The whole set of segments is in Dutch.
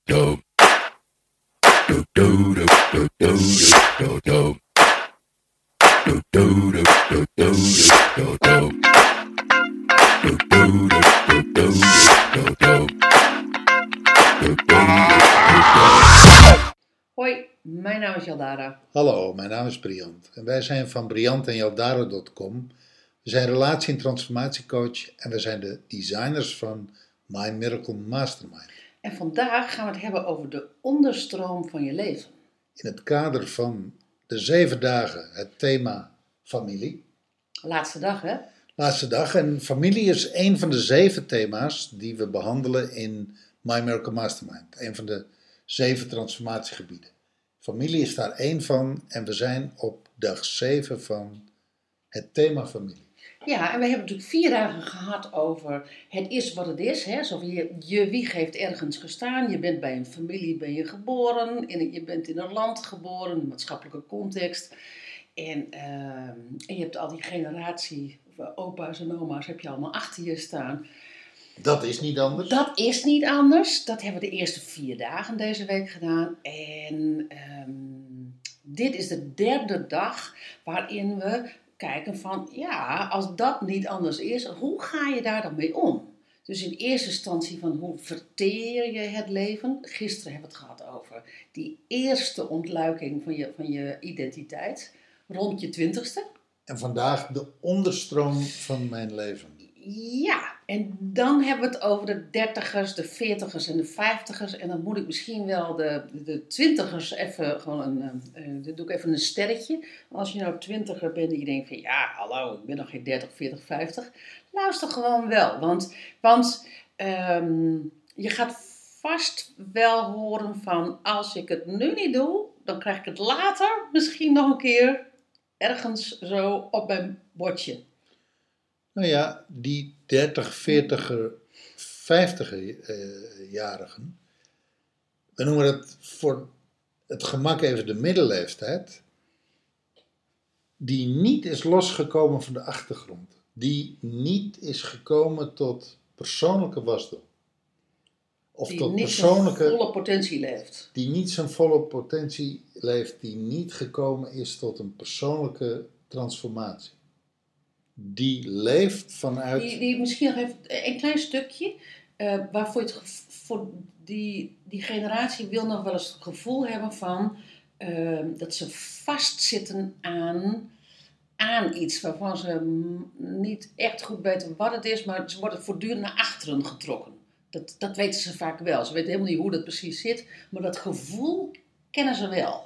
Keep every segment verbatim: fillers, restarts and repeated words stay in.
do do do do do do do do do do do do do do do do Hoi, mijn naam is Jaldara. Hallo, mijn naam is Briant en wij zijn van briant en jaldara punt com. We zijn relatie- en transformatiecoach en we zijn de designers van My Miracle Mastermind. En vandaag gaan we het hebben over de onderstroom van je leven. In het kader van de zeven dagen het thema familie. Laatste dag, hè? Laatste dag en familie is een van de zeven thema's die we behandelen in My Miracle Mastermind. Een van de zeven transformatiegebieden. Familie is daar één van en we zijn op dag zeven van het thema familie. Ja, en we hebben natuurlijk vier dagen gehad over het is wat het is. Hè? Zo, je, je wieg heeft ergens gestaan. Je bent bij een familie ben je geboren. In, je bent in een land geboren, een maatschappelijke context. En, uh, en je hebt al die generatie, opa's en oma's heb je allemaal achter je staan. Dat is niet anders. Dat is niet anders. Dat hebben we de eerste vier dagen deze week gedaan. En um, dit is de derde dag waarin we kijken van, ja, als dat niet anders is, hoe ga je daar dan mee om? Dus in eerste instantie van hoe verteer je het leven? Gisteren hebben we het gehad over die eerste ontluiking van je, van je identiteit, rond je twintigste. En vandaag de onderstroom van mijn leven. Ja, en dan hebben we het over de dertigers, de veertigers en de vijftigers. En dan moet ik misschien wel de, de twintigers even gewoon een, uh, doe ik even een sterretje. Als je nou twintiger bent en je denkt van ja, hallo, ik ben nog geen dertig, veertig, vijftig. Luister gewoon wel, want, want um, je gaat vast wel horen van als ik het nu niet doe, dan krijg ik het later misschien nog een keer ergens zo op mijn bordje. Nou ja, die dertig, veertiger, vijftiger-jarigen, we noemen het voor het gemak even de middelleeftijd, die niet is losgekomen van de achtergrond, die niet is gekomen tot persoonlijke wasdom. Of die tot niet persoonlijke, zijn volle potentie leeft. Die niet zijn volle potentie leeft, die niet gekomen is tot een persoonlijke transformatie. Die leeft vanuit... Die, die misschien nog even een klein stukje, uh, waarvoor het gevo- voor die, die generatie wil nog wel eens het gevoel hebben van uh, dat ze vastzitten aan, aan iets waarvan ze m- niet echt goed weten wat het is, maar ze worden voortdurend naar achteren getrokken. Dat, dat weten ze vaak wel. Ze weten helemaal niet hoe dat precies zit, maar dat gevoel kennen ze wel.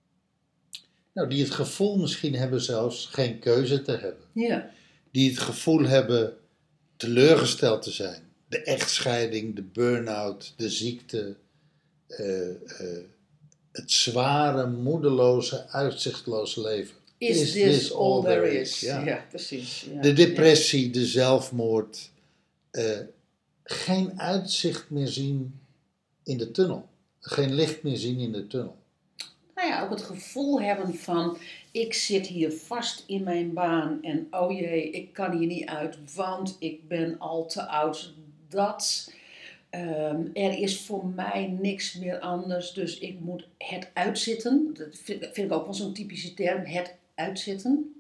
Nou, die het gevoel misschien hebben zelfs geen keuze te hebben. Ja. Die het gevoel hebben teleurgesteld te zijn. De echtscheiding, de burn-out, de ziekte, uh, uh, het zware, moedeloze, uitzichtloze leven. Is, is this, this all there is? is? Ja. ja, precies. Ja. De depressie, de zelfmoord. Uh, geen uitzicht meer zien in de tunnel. Geen licht meer zien in de tunnel. Nou ja, ook het gevoel hebben van, ik zit hier vast in mijn baan en oh jee, ik kan hier niet uit, want ik ben al te oud. Dat, um, er is voor mij niks meer anders, dus ik moet het uitzitten. Dat vind, vind ik ook wel zo'n typische term, het uitzitten.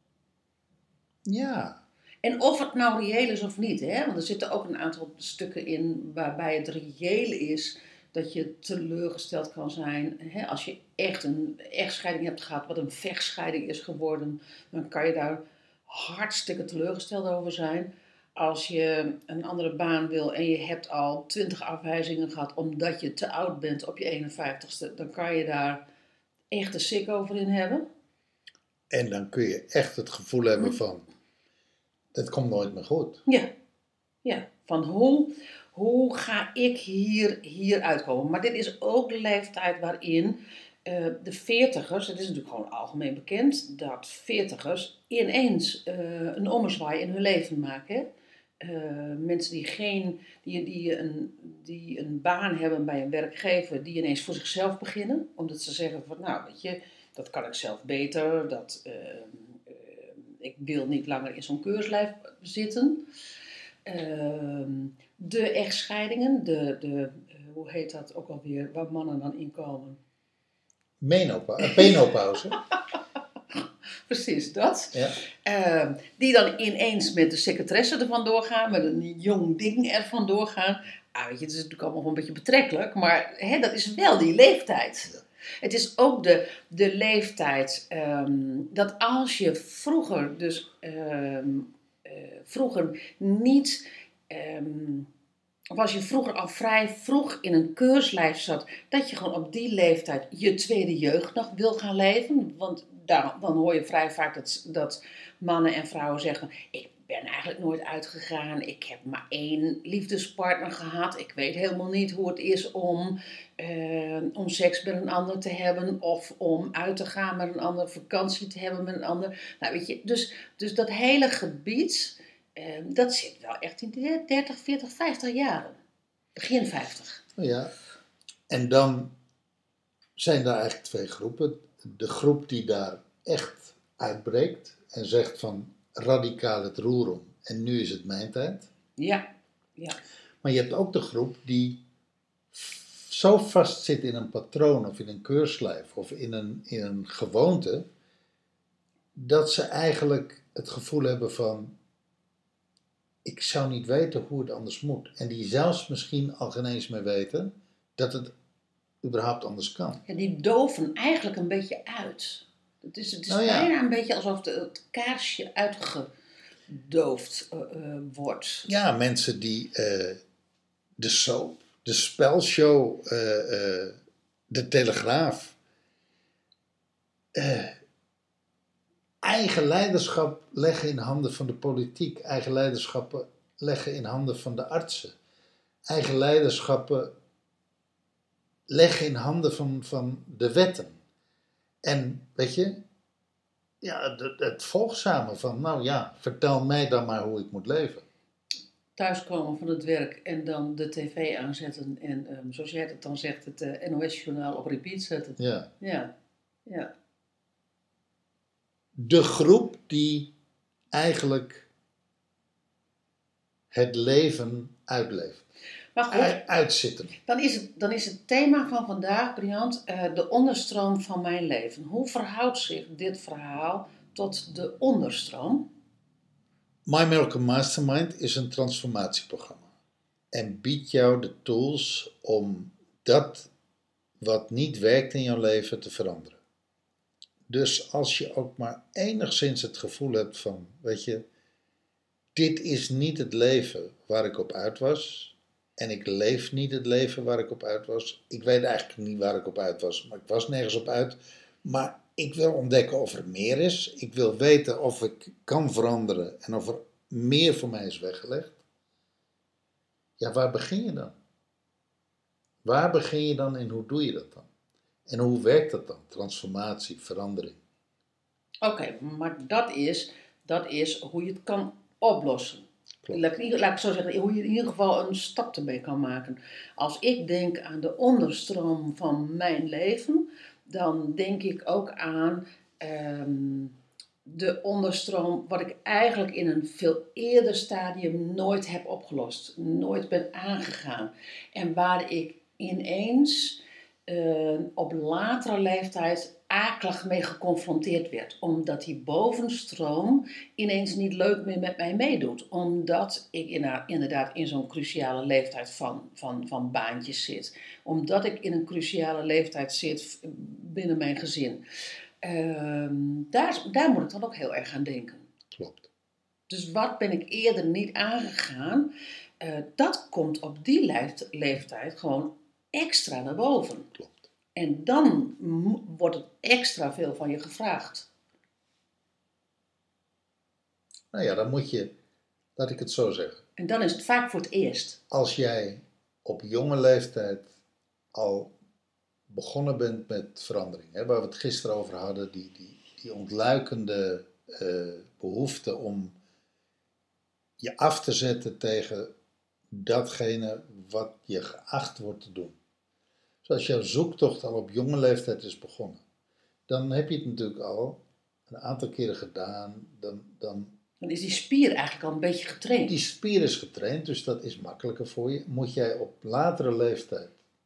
Ja. En of het nou reëel is of niet, hè? Want er zitten ook een aantal stukken in waarbij het reëel is dat je teleurgesteld kan zijn. Hè? Als je echt een echtscheiding hebt gehad, wat een vechtscheiding is geworden, dan kan je daar hartstikke teleurgesteld over zijn. Als je een andere baan wil en je hebt al twintig afwijzingen gehad omdat je te oud bent op je eenenvijftigste, dan kan je daar echt een sik over in hebben. En dan kun je echt het gevoel hebben van, dat komt nooit meer goed. Ja, ja. Van hoe, hoe ga ik hier, hier uitkomen? Maar dit is ook de leeftijd waarin uh, de veertigers, het is natuurlijk gewoon algemeen bekend, dat veertigers ineens uh, een ommezwaai in hun leven maken. Uh, mensen die, geen, die, die, een, die een baan hebben bij een werkgever, die ineens voor zichzelf beginnen. Omdat ze zeggen van, nou weet je, dat kan ik zelf beter, dat... Uh, Ik wil niet langer in zo'n keurslijf zitten. Uh, de echtscheidingen, de, de, uh, hoe hoe heet dat ook alweer, waar mannen dan inkomen. Menopa- uh, penopauze. Precies, dat. Ja. Uh, die dan ineens met de secretaresse er vandoor gaan, met een jong ding er vandoor gaan. Ah, weet je, het is natuurlijk allemaal wel een beetje betrekkelijk, maar hè, dat is wel die leeftijd. Ja. Het is ook de, de leeftijd um, dat als je vroeger, dus um, uh, vroeger niet, um, of als je vroeger al vrij vroeg in een keurslijf zat, dat je gewoon op die leeftijd je tweede jeugd nog wil gaan leven. Want daar, dan hoor je vrij vaak dat, dat mannen en vrouwen zeggen, ik ben eigenlijk nooit uitgegaan, ik heb maar één liefdespartner gehad, ik weet helemaal niet hoe het is om, uh, om seks met een ander te hebben of om uit te gaan met een ander, vakantie te hebben met een ander. Nou, weet je, dus, dus dat hele gebied, uh, dat zit wel echt in de dertig, veertig, vijftig jaren. Begin vijftig. Ja, en dan zijn daar eigenlijk twee groepen. De groep die daar echt uitbreekt en zegt van radicaal het roer om en nu is het mijn tijd. Ja, ja. Maar je hebt ook de groep die f- zo vast zit in een patroon of in een keurslijf of in een, in een gewoonte, dat ze eigenlijk het gevoel hebben van ik zou niet weten hoe het anders moet. En die zelfs misschien al geen eens meer weten dat het überhaupt anders kan. Ja, die doven eigenlijk een beetje uit. Het is, het is Nou ja. bijna een beetje alsof de, het kaarsje uitgedoofd uh, uh, wordt. Ja, mensen die uh, de soap, de spelshow, uh, uh, de Telegraaf, uh, eigen leiderschap leggen in handen van de politiek, eigen leiderschappen leggen in handen van de artsen, eigen leiderschappen leggen in handen van, van de wetten. En weet je, ja, het, het volgzame van, nou ja, vertel mij dan maar hoe ik moet leven. Thuiskomen van het werk en dan de tv aanzetten en, um, zoals jij het dan zegt, het uh, N O S-journaal op repeat zetten. Ja. Ja, ja. De groep die eigenlijk het leven uitleeft. Maar goed, U- uitzitten. dan is, het, dan is het thema van vandaag, Briant, uh, de onderstroom van mijn leven. Hoe verhoudt zich dit verhaal tot de onderstroom? My Miracle Mastermind is een transformatieprogramma. En biedt jou de tools om dat wat niet werkt in jouw leven te veranderen. Dus als je ook maar enigszins het gevoel hebt van, weet je, dit is niet het leven waar ik op uit was. En ik leef niet het leven waar ik op uit was. Ik weet eigenlijk niet waar ik op uit was, maar ik was nergens op uit. Maar ik wil ontdekken of er meer is. Ik wil weten of ik kan veranderen en of er meer voor mij is weggelegd. Ja, waar begin je dan? Waar begin je dan en hoe doe je dat dan? En hoe werkt dat dan? Transformatie, verandering. Oké, okay, maar dat is, dat is hoe je het kan oplossen. Laat ik, laat ik zo zeggen, hoe je in ieder geval een stap ermee kan maken. Als ik denk aan de onderstroom van mijn leven, dan denk ik ook aan um, de onderstroom wat ik eigenlijk in een veel eerder stadium nooit heb opgelost. Nooit ben aangegaan. En waar ik ineens uh, op latere leeftijd akelig mee geconfronteerd werd. Omdat die bovenstroom ineens niet leuk meer met mij meedoet. Omdat ik inderdaad in zo'n cruciale leeftijd van, van, van baantjes zit. Omdat ik in een cruciale leeftijd zit binnen mijn gezin. Uh, daar, daar moet ik dan ook heel erg aan denken. Klopt. Dus wat ben ik eerder niet aangegaan, uh, dat komt op die leeft, leeftijd gewoon extra naar boven. Klopt. En dan wordt het extra veel van je gevraagd. Nou ja, dan moet je, laat ik het zo zeggen. En dan is het vaak voor het eerst. Als jij op jonge leeftijd al begonnen bent met verandering, hè, waar we het gisteren over hadden, die, die, die ontluikende uh, behoefte om je af te zetten tegen datgene wat je geacht wordt te doen. Dus als jouw zoektocht al op jonge leeftijd is begonnen, dan heb je het natuurlijk al een aantal keren gedaan. Dan, dan, dan is die spier eigenlijk al een beetje getraind. Die spier is getraind, dus dat is makkelijker voor je. Moet jij op latere leeftijd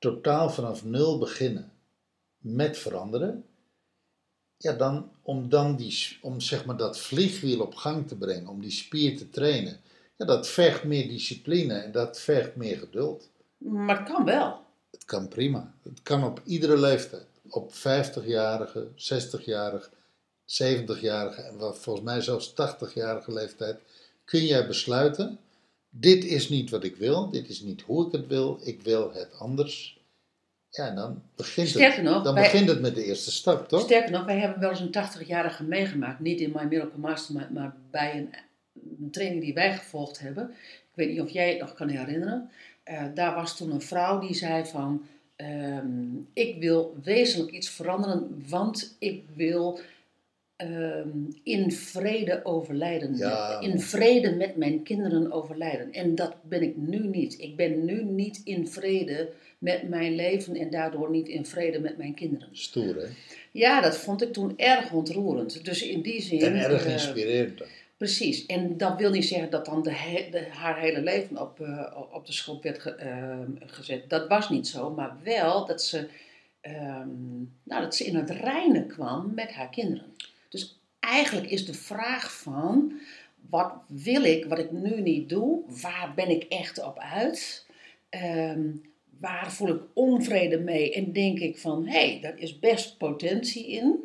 totaal vanaf nul beginnen met veranderen, ja, dan, om dan die, om zeg maar dat vliegwiel op gang te brengen, om die spier te trainen, ja, dat vergt meer discipline en dat vergt meer geduld. Maar het kan wel. Het kan prima. Het kan op iedere leeftijd. Op vijftigjarige, zestigjarige, zeventigjarige en wat volgens mij zelfs tachtigjarige leeftijd kun jij besluiten, dit is niet wat ik wil, dit is niet hoe ik het wil, ik wil het anders. Ja, en dan begint, Sterker het, nog, dan wij- begint het met de eerste stap, toch? Sterker nog, wij hebben wel eens een tachtigjarige meegemaakt. Niet in My Miracle Mastermind, maar bij een, een training die wij gevolgd hebben. Ik weet niet of jij het nog kan herinneren. Eh, daar was toen een vrouw die zei van... ehm, ik wil wezenlijk iets veranderen, want ik wil ehm, in vrede overlijden. Ja. In vrede met mijn kinderen overlijden. En dat ben ik nu niet. Ik ben nu niet in vrede met mijn leven en daardoor niet in vrede met mijn kinderen. Stoer, hè? Ja, dat vond ik toen erg ontroerend. Dus in die zin... En erg eh, inspirerend. dan. precies. En dat wil niet zeggen dat dan de he- de, haar hele leven op, eh, op de schop werd ge- eh, gezet. Dat was niet zo. Maar wel dat ze, ehm, nou, dat ze in het reinen kwam met haar kinderen. Dus eigenlijk is de vraag van... Wat wil ik, wat ik nu niet doe? Waar ben ik echt op uit? Ehm, waar voel ik onvrede mee? En denk ik van, hé, hey, daar is best potentie in.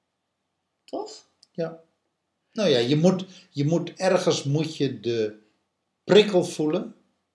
Toch? Ja. Nou ja, je moet, je moet ergens moet je de prikkel voelen.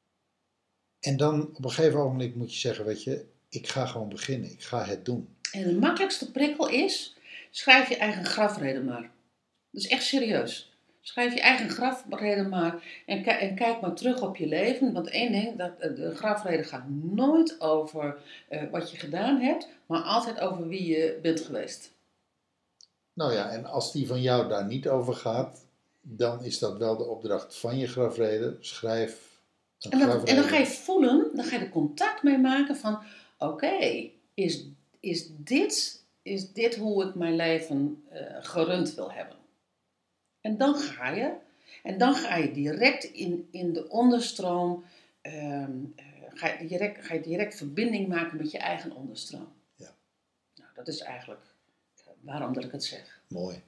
En dan op een gegeven ogenblik moet je zeggen, weet je, ik ga gewoon beginnen. Ik ga het doen. En de makkelijkste prikkel is, schrijf je eigen grafrede maar. Dat is echt serieus. Schrijf je eigen grafrede maar en, ki- en kijk maar terug op je leven. Want één ding, dat, eh, de grafrede gaat nooit over eh, wat je gedaan hebt, maar altijd over wie je bent geweest. Nou ja, en als die van jou daar niet over gaat, dan is dat wel de opdracht van je grafrede. Schrijf een En dan, grafrede. en dan ga je voelen, dan ga je er contact mee maken van, oké, is, is, dit, is dit hoe ik mijn leven eh, gerund wil hebben? En dan ga je, en dan ga je direct in, in de onderstroom, ehm, eh, ga, je direct, ga je direct verbinding maken met je eigen onderstroom. Ja. Nou, dat is eigenlijk eh, waarom dat ik het zeg. Mooi.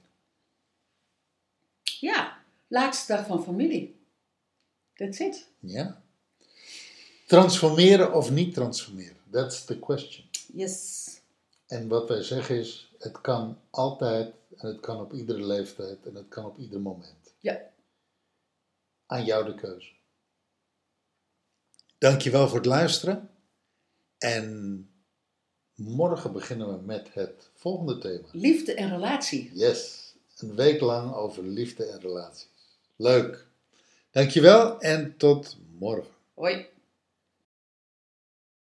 Ja, laatste dag van familie. That's it. Ja. Transformeren of niet transformeren? That's the question. Yes. En wat wij zeggen is, het kan altijd en het kan op iedere leeftijd en het kan op ieder moment. Ja. Aan jou de keuze. Dankjewel voor het luisteren. En morgen beginnen we met het volgende thema. Liefde en relatie. Yes, een week lang over liefde en relaties. Leuk. Dankjewel en tot morgen. Hoi.